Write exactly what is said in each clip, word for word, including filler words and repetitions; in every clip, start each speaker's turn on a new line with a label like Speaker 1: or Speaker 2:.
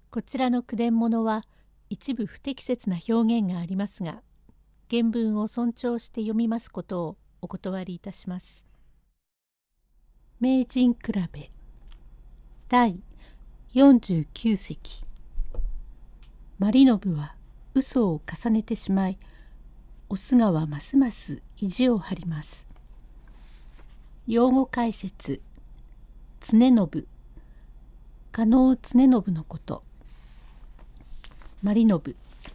Speaker 1: こちらの句伝物は一部不適切な表現がありますが、原文を尊重して読みますことをお断りいたします。名人比べだいよんじゅうきゅうせき。マリノブは嘘を重ねてしまい、おすがはますます意地を張ります。用語解説。常信、加納常信のこと。マリノブ、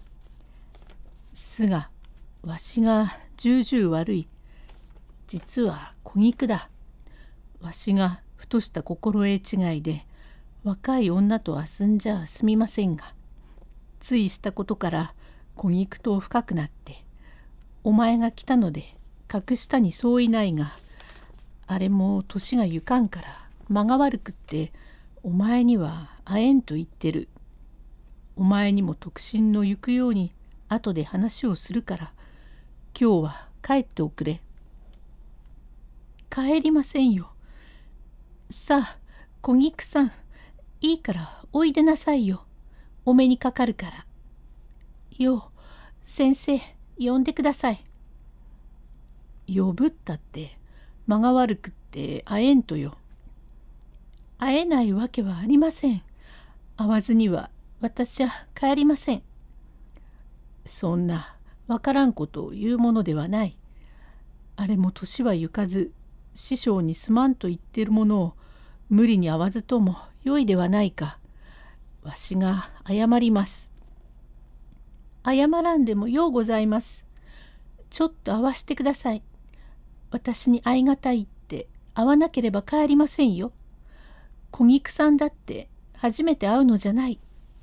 Speaker 1: すが、わしが重々悪い。実は小菊だ。わしがふとした心得違いで若い女と遊んじゃすみませんが、ついしたことから小菊と深くなって、お前が来たので格下にそういないが、あれも年がゆかんから間が悪くってお前には会えんと言ってる。お前にも特進の行くように後で話をするから、今日は帰っておくれ。帰りませんよ。さあ、小菊さん、いいからおいでなさいよ。お目にかかるから。よう、先生、呼んでください。呼ぶったって、間が悪くって会えんとよ。会えないわけはありません。会わずには私は帰りません。そんなわからんことを言うものではない。あれも年はゆかず、師匠にすまんと言っているものを無理に会わずともよいではないか。わしが謝ります。謝らんでもようございます。ちょっと会わしてください。私に会いがたいって会わなければ帰りませんよ。小菊さんだって初めて会うのじゃない。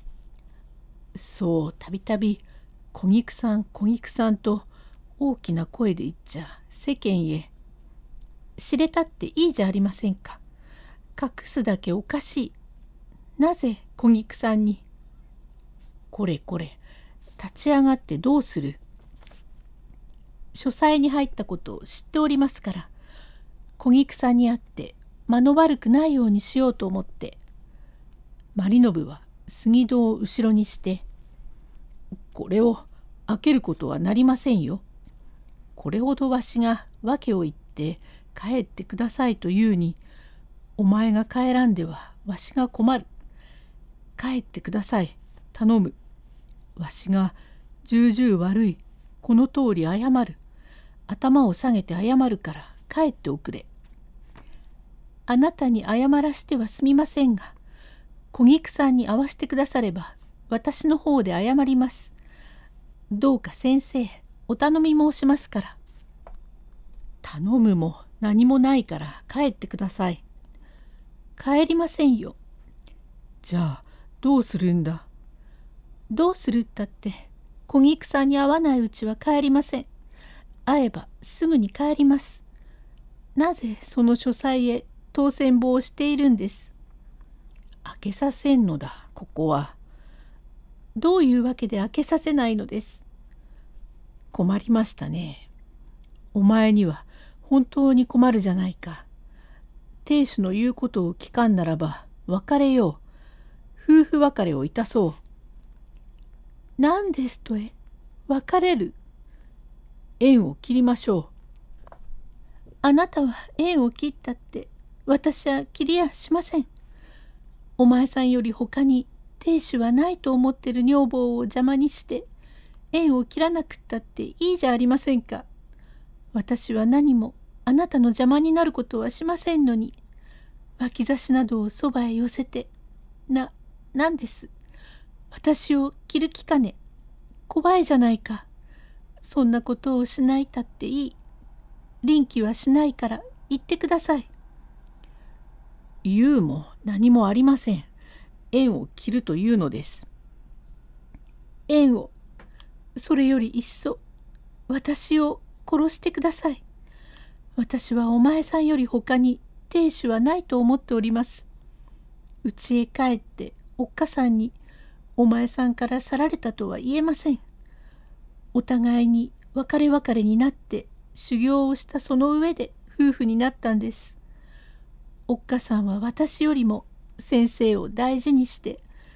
Speaker 1: そうたびたび小菊さん小菊さんと大きな声で言っちゃ世間へ。知れたっていいじゃありませんか。隠すだけおかしい。なぜ小菊さんに。これこれ、立ち上がってどうする。書斎に入ったことを知っておりますから、小菊さんに会って間の悪くないようにしようと思って。マリノブは杉戸を後ろにして、これを開けることはなりませんよ。これほどわしが訳を言って帰ってくださいというに、お前が帰らんではわしが困る。帰ってください。頼む。わしが重々悪い。この通り謝る。頭を下げて謝るから帰っておくれ。あなたに謝らしてはすみませんが、小菊さんに会わしてくだされば私の方で謝ります。どうか先生、お頼み申しますから。頼むも何もないから帰ってください。帰りませんよ。じゃあどうするんだ。どうするったって小菊さんに会わないうちは帰りません。会えばすぐに帰ります。なぜその書斎へ当選簿をしているんです。開けさせんのだ、ここは。どういうわけで開けさせないのです。困りましたね。お前には本当に困るじゃないか。亭主の言うことを聞かんならば別れよう。夫婦別れをいたそう。何ですとえ、別れる。縁を切りましょう。あなたは縁を切ったって私は切りやしません。お前さんより他に亭主はないと思ってる女房を邪魔にして縁を切らなくったっていいじゃありませんか。私は何もあなたの邪魔になることはしませんのに、脇差しなどをそばへ寄せて、な、なんです。私を切る気かね。怖いじゃないか。そんなことをしないたっていい。臨機はしないから言ってください。言うも何もありません。縁を切るというのです。縁を、それよりいっそ私を殺してください。私はお前さんより他に亭主はないと思っております。家へ帰っておっかさんにお前さんから去られたとは言えません。お互いに別れ別れになって修行をしたその上で夫婦になったんです。おっかさんは私よりも先生を大事にして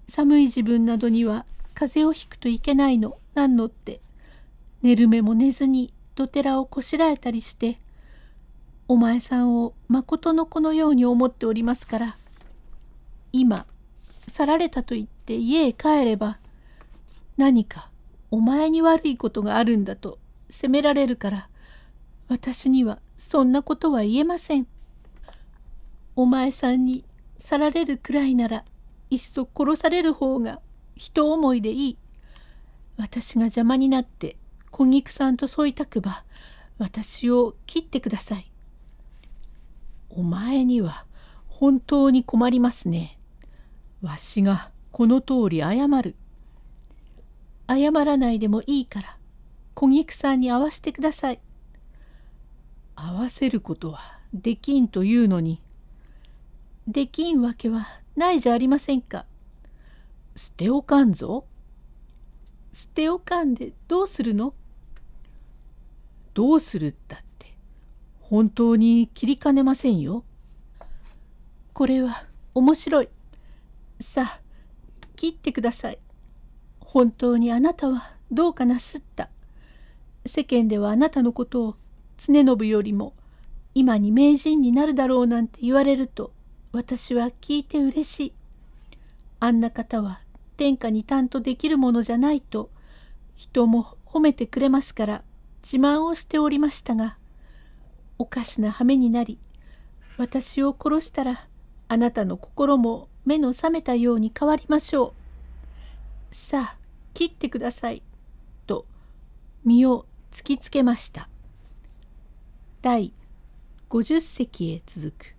Speaker 1: 寒い自分などには風邪をひくといけないのなんのって、寝る目も寝ずにどてらをこしらえたりして、お前さんをまことの子のように思っておりますから、今去られたと言って家へ帰れば、何かお前に悪いことがあるんだと責められるから、私にはそんなことは言えません。お前さんに去られるくらいなら、いっそ殺される方が人思いでいい。私が邪魔になって小菊さんと添いたくば、私を切ってください。お前には本当に困りますね。わしがこの通り謝る。謝らないでもいいから、小菊さんに会わしてください。会わせることはできんというのに。できんわけはないじゃありませんか。捨ておかんぞ。捨ておかんでどうするの。どうするったって本当に切りかねませんよ。これは面白い。さあ切ってください。本当にあなたはどうかなすった。世間ではあなたのことを常信よりも今に名人になるだろうなんて言われると、私は聞いてうれしい。あんな方は天下に担当できるものじゃないと人も褒めてくれますから自慢をしておりましたが、おかしな羽目になり、私を殺したらあなたの心も目の覚めたように変わりましょう。さあ切ってください。と身を突きつけました。第ごじゅっ席へ続く。